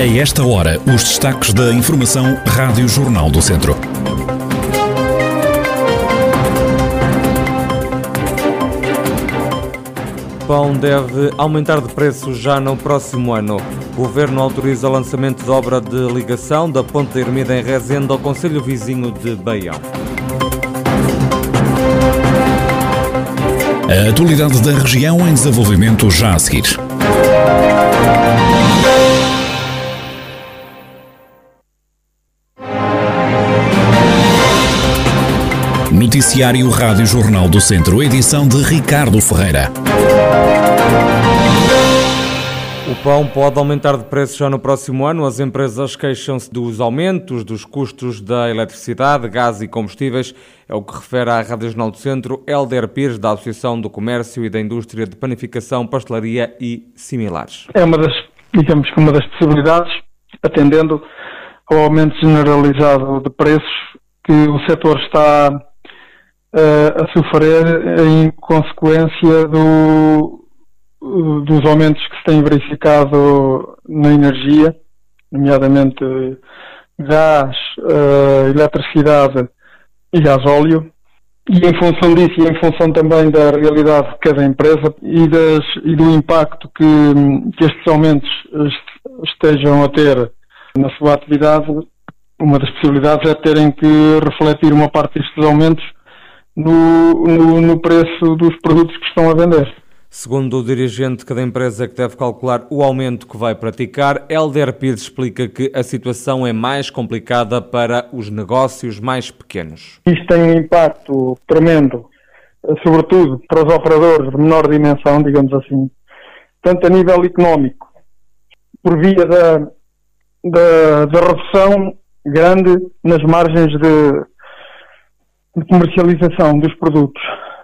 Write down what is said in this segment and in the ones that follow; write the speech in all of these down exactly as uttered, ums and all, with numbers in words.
A esta hora, os destaques da Informação Rádio Jornal do Centro. O pão deve aumentar de preço já no próximo ano. O Governo autoriza o lançamento de obra de ligação da Ponte da Ermida em Rezende ao concelho vizinho de Baião. A atualidade da região em desenvolvimento já a seguir. Noticiário Rádio Jornal do Centro, edição de Ricardo Ferreira. O pão pode aumentar de preço já no próximo ano. As empresas queixam-se dos aumentos dos custos da eletricidade, gás e combustíveis. É o que refere à Rádio Jornal do Centro Hélder Pires, da Associação do Comércio e da Indústria de Panificação, Pastelaria e similares. É uma das, digamos que uma das possibilidades, atendendo ao aumento generalizado de preços que o setor está uh, a sofrer em consequência do dos aumentos que se têm verificado na energia, nomeadamente gás, uh, eletricidade e gasóleo, e em função disso e em função também da realidade de cada empresa e, das, e do impacto que, que estes aumentos estejam a ter na sua atividade, uma das possibilidades é terem que refletir uma parte destes aumentos no, no, no preço dos produtos que estão a vender. Segundo o dirigente de cada empresa que deve calcular o aumento que vai praticar, Hélder Pires explica que a situação é mais complicada para os negócios mais pequenos. Isto tem um impacto tremendo, sobretudo para os operadores de menor dimensão, digamos assim, tanto a nível económico, por via da, da, da redução grande nas margens de, de comercialização dos produtos,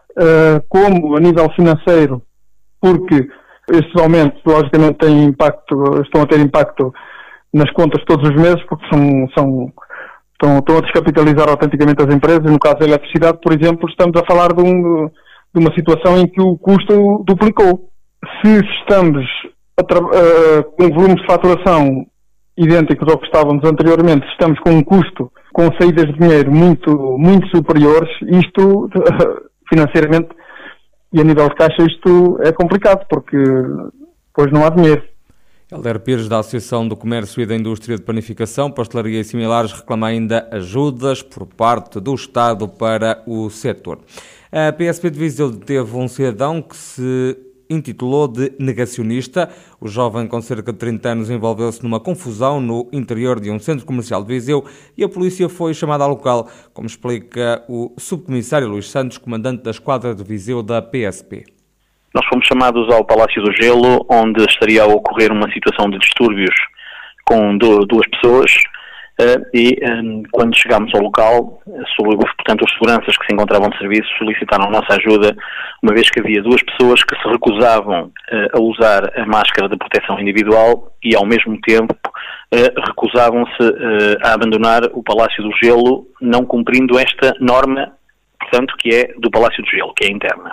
como a nível financeiro, porque estes aumentos, logicamente, têm impacto, estão a ter impacto nas contas todos os meses, porque são, são, estão, estão a descapitalizar autenticamente as empresas. No caso da eletricidade, por exemplo, estamos a falar de, um, de uma situação em que o custo duplicou. Se estamos a tra- uh, com volumes de faturação idênticos ao que estávamos anteriormente, se estamos com um custo, com saídas de dinheiro muito, muito superiores, isto, uh, financeiramente, e a nível de caixa isto é complicado, porque depois não há dinheiro. Hélder Pires, da Associação do Comércio e da Indústria de Panificação, Pastelaria e similares, reclama ainda ajudas por parte do Estado para o setor. A P S P de Viseu deteve um cidadão que se intitulou de negacionista. O jovem, com cerca de trinta anos, envolveu-se numa confusão no interior de um centro comercial de Viseu e a polícia foi chamada ao local, como explica o subcomissário Luís Santos, comandante da esquadra de Viseu da P S P. Nós fomos chamados ao Palácio do Gelo, onde estaria a ocorrer uma situação de distúrbios com duas pessoas. Uh, e um, quando chegámos ao local, portanto, os seguranças que se encontravam de serviço solicitaram a nossa ajuda, uma vez que havia duas pessoas que se recusavam uh, a usar a máscara de proteção individual e, ao mesmo tempo, uh, recusavam-se uh, a abandonar o Palácio do Gelo, não cumprindo esta norma, portanto, que é do Palácio do Gelo, que é interna.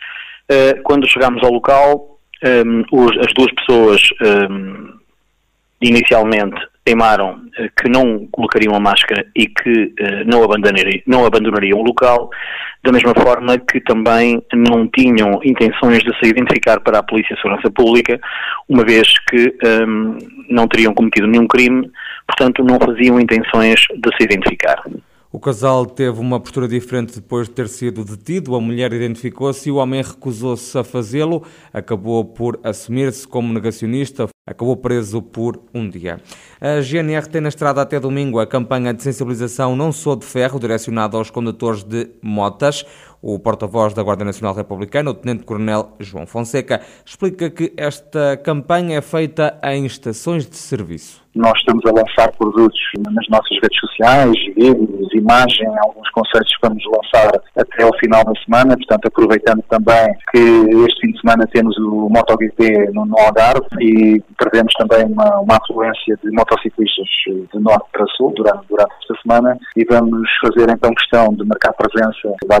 Uh, quando chegámos ao local, um, os, as duas pessoas, um, inicialmente, teimaram uh, que não colocariam a máscara e que uh, não, abandonariam, não abandonariam o local, da mesma forma que também não tinham intenções de se identificar para a Polícia de Segurança Pública, uma vez que um, não teriam cometido nenhum crime, portanto não faziam intenções de se identificar. O casal teve uma postura diferente depois de ter sido detido. A mulher identificou-se e o homem recusou-se a fazê-lo. Acabou por assumir-se como negacionista. Acabou preso por um dia. A G N R tem na estrada até domingo a campanha de sensibilização Não Sou de Ferro, direcionada aos condutores de motas. O porta-voz da Guarda Nacional Republicana, o Tenente-Coronel João Fonseca, explica que esta campanha é feita em estações de serviço. Nós estamos a lançar produtos nas nossas redes sociais, vídeos, imagem, alguns conceitos que vamos lançar até ao final da semana, portanto aproveitando também que este fim de semana temos o MotoGP no, no Algarve e prevemos também uma, uma afluência de motociclistas de norte para sul durante, durante esta semana e vamos fazer então questão de marcar presença em várias estações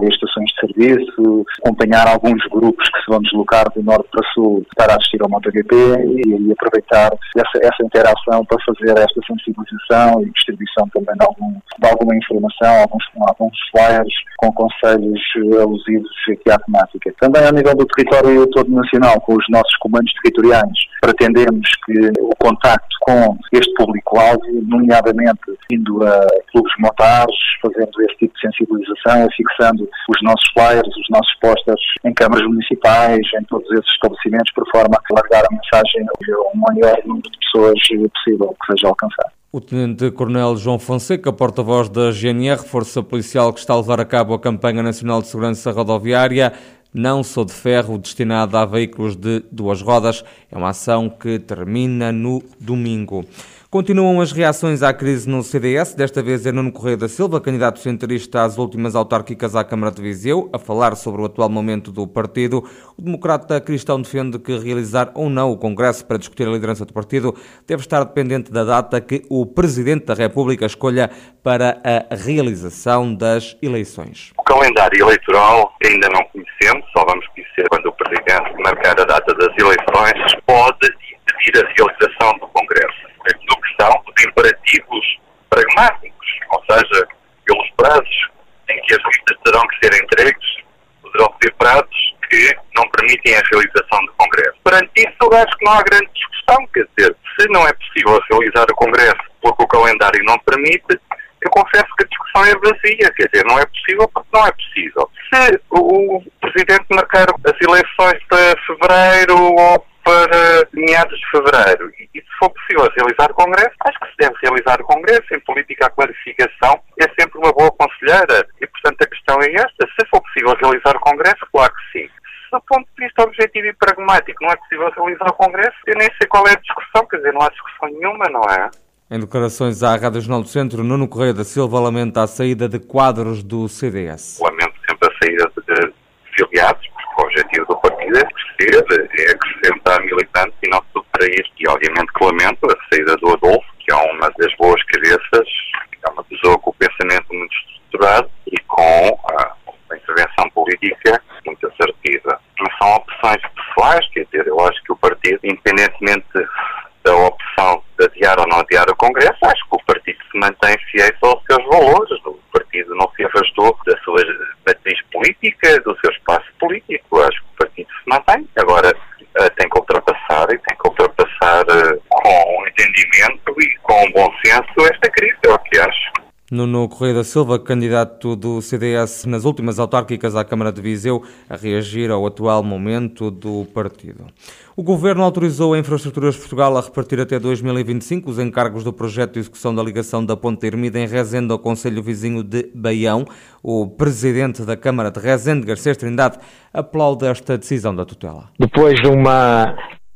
de serviço, acompanhar alguns grupos que se vão deslocar do norte para sul para assistir ao MotoGP e, e aproveitar essa, essa interação para fazer esta sensibilização e distribuição também de, algum, de alguma informação, alguns, alguns flyers com conselhos alusivos aqui à temática. Também ao nível do território todo nacional, com os nossos comandos territoriais, pretendemos que o contacto com este público-alvo, nomeadamente indo a clubes motares, fazendo esse tipo de sensibilização, fixando os nossos flyers, os nossos posters em câmaras municipais, em todos esses estabelecimentos, por forma a largar a mensagem ao maior número de pessoas possível que seja alcançado. O Tenente-Coronel João Fonseca, porta-voz da G N R, Força Policial que está a levar a cabo a Campanha Nacional de Segurança Rodoviária, Não Sou de Ferro, destinada a veículos de duas rodas. É uma ação que termina no domingo. Continuam as reações à crise no C D S, desta vez é Nuno Correia da Silva, candidato centrista às últimas autárquicas à Câmara de Viseu, a falar sobre o atual momento do partido. O democrata cristão defende que realizar ou não o Congresso para discutir a liderança do partido deve estar dependente da data que o Presidente da República escolha para a realização das eleições. O calendário eleitoral ainda não conhecemos, só vamos conhecer quando o Presidente marcar a data das eleições, pode impedir a realização do Congresso. É tudo questão de imperativos pragmáticos, ou seja, pelos prazos em que as listas terão que ser entregues, poderão ser prazos que não permitem a realização do Congresso. Perante isso, acho que não há grande discussão, quer dizer, se não é possível realizar o Congresso porque o calendário não permite, eu confesso que a discussão é vazia, quer dizer, não é possível porque não é possível. Se o Presidente marcar as eleições para fevereiro ou para meados de fevereiro, e se for possível realizar o Congresso, acho que se deve realizar o Congresso. Em política, a clarificação é sempre uma boa conselheira, e portanto a questão é esta: se for possível realizar o Congresso, claro que sim. Se do ponto de vista objetivo e pragmático não é possível realizar o Congresso, eu nem sei qual é a discussão, quer dizer, não há discussão nenhuma, não é? Em declarações à Rádio Jornal do Centro, Nuno Correia da Silva lamenta a saída de quadros do C D S. Lamento sempre a saída de filiados, porque o objetivo do partido é crescer, é acrescentar militantes e não superar isto. E obviamente que lamento a saída do Adolfo, que é uma das boas cabeças, é uma pessoa com o pensamento muito estruturado e com a, a intervenção política muito assertiva. Mas são opções pessoais, quer dizer, eu acho que o partido, independentemente da opção de adiar ou não adiar o Congresso, acho que o partido se mantém fiel aos seus valores. O partido não se afastou da sua matriz política, do seu espaço político. Acho que o partido se mantém. Agora uh, tem que ultrapassar e tem que ultrapassar uh, com entendimento e com bom senso esta crise, é o que acho. Nuno Correia da Silva, candidato do C D S nas últimas autárquicas à Câmara de Viseu, a reagir ao atual momento do partido. O Governo autorizou a Infraestruturas Portugal a repartir até dois mil e vinte e cinco os encargos do projeto de execução da ligação da Ponte Ermida em Rezende ao concelho vizinho de Baião. O Presidente da Câmara de Rezende, Garcês Trindade, aplaude esta decisão da tutela. Depois de uma...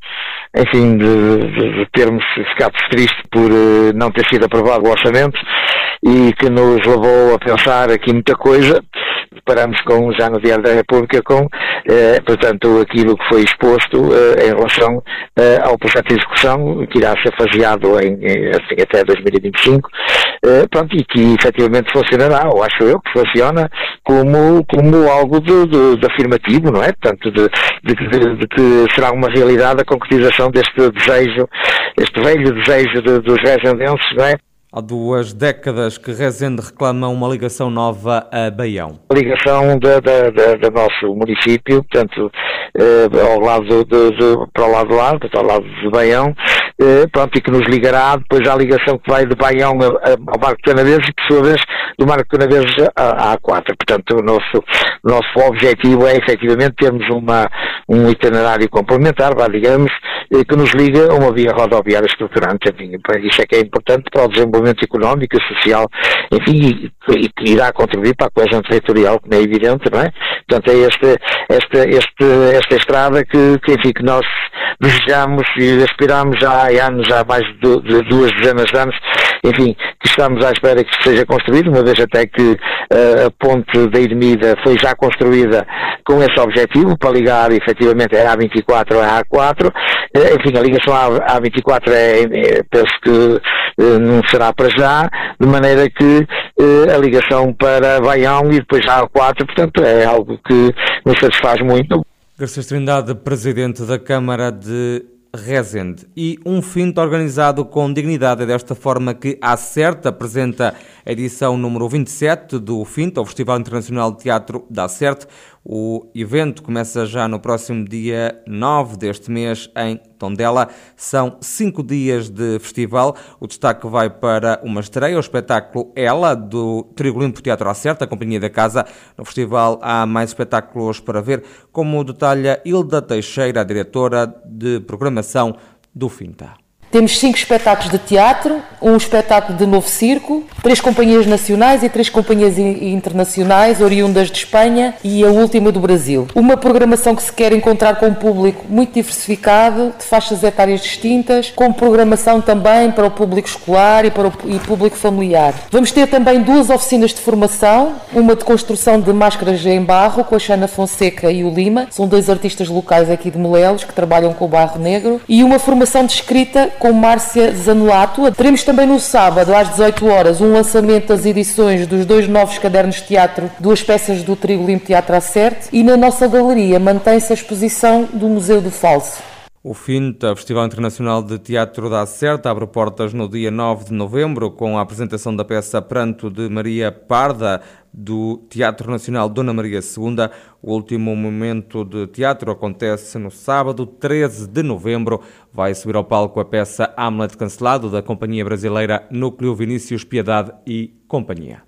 enfim, de, de, de termos ficado tristes por uh, não ter sido aprovado o orçamento e que nos levou a pensar aqui muita coisa, deparamos com, já no Diário da República, com, eh, portanto, aquilo que foi exposto eh, em relação eh, ao projeto de execução, que irá ser faseado em, em, assim, até dois mil e vinte e cinco, eh, pronto, e que efetivamente funcionará, ou acho eu que funciona, como, como algo de, de, de afirmativo, não é? Portanto, de, de, de, de que será uma realidade a concretização deste desejo, este velho desejo de, dos rezendenses, não é? Há duas décadas que Rezende reclama uma ligação nova a Baião. A ligação do nosso município, portanto, eh, ao lado de, de, para o lado do lado, para o lado de Baião, eh, pronto, e que nos ligará depois à ligação que vai de Baião a, a, ao Marco Canaveses e, por sua vez, do Marco Canaveses à A quatro. Portanto, o nosso, o nosso objetivo é, efetivamente, termos uma, um itinerário complementar, vá, digamos, eh, que nos liga a uma via rodoviária estruturante. Enfim, isso é que é importante para o desenvolvimento económico e social, enfim, e que irá contribuir para a coesão territorial, como é evidente, não é? Portanto, é este, esta, este, esta estrada que, que, enfim, que nós desejamos e aspiramos já há anos, já há mais de, de duas dezenas de anos, enfim, que estamos à espera que seja construído, uma vez até que uh, a ponte da Ermida foi já construída com esse objetivo, para ligar efetivamente a A vinte e quatro à A quatro. Uh, enfim, a ligação à A vinte e quatro é, é, penso que uh, não será para já, de maneira que uh, a ligação para Baião e depois à A quatro, portanto, é algo que nos satisfaz muito. Garcês Trindade, presidente da Câmara de Rezende. E um finto organizado com dignidade, é desta forma que a Acerte apresenta a edição número vinte e sete do Finto, o Festival Internacional de Teatro da Acerte. O evento começa já no próximo dia nove deste mês em Tondela. São cinco dias de festival. O destaque vai para uma estreia, o espetáculo Ela, do Trigo Limpo Teatro Acerte, a companhia da casa. No festival há mais espetáculos para ver, como detalha Hilda Teixeira, a diretora de programação do Finta. Temos cinco espetáculos de teatro, um espetáculo de novo circo, três companhias nacionais e três companhias internacionais, oriundas de Espanha e a última do Brasil. Uma programação que se quer encontrar com um público muito diversificado, de faixas etárias distintas, com programação também para o público escolar e para o e público familiar. Vamos ter também duas oficinas de formação, uma de construção de máscaras em barro, com a Xana Fonseca e o Lima, são dois artistas locais aqui de Molelos que trabalham com o barro negro, e uma formação de escrita com Márcia Zanolato. Teremos também no sábado, às dezoito horas, um lançamento das edições dos dois novos cadernos de teatro, duas peças do Trigo Limpo Teatro Acerte, e na nossa galeria mantém-se a exposição do Museu do Falso. O Finta, Festival Internacional de Teatro da Acerte, abre portas no dia nove de novembro com a apresentação da peça Pranto de Maria Parda, do Teatro Nacional Dona Maria segunda. O último momento de teatro acontece no sábado, treze de novembro. Vai subir ao palco a peça Hamlet Cancelado, da companhia brasileira Núcleo Vinícius Piedade e Companhia.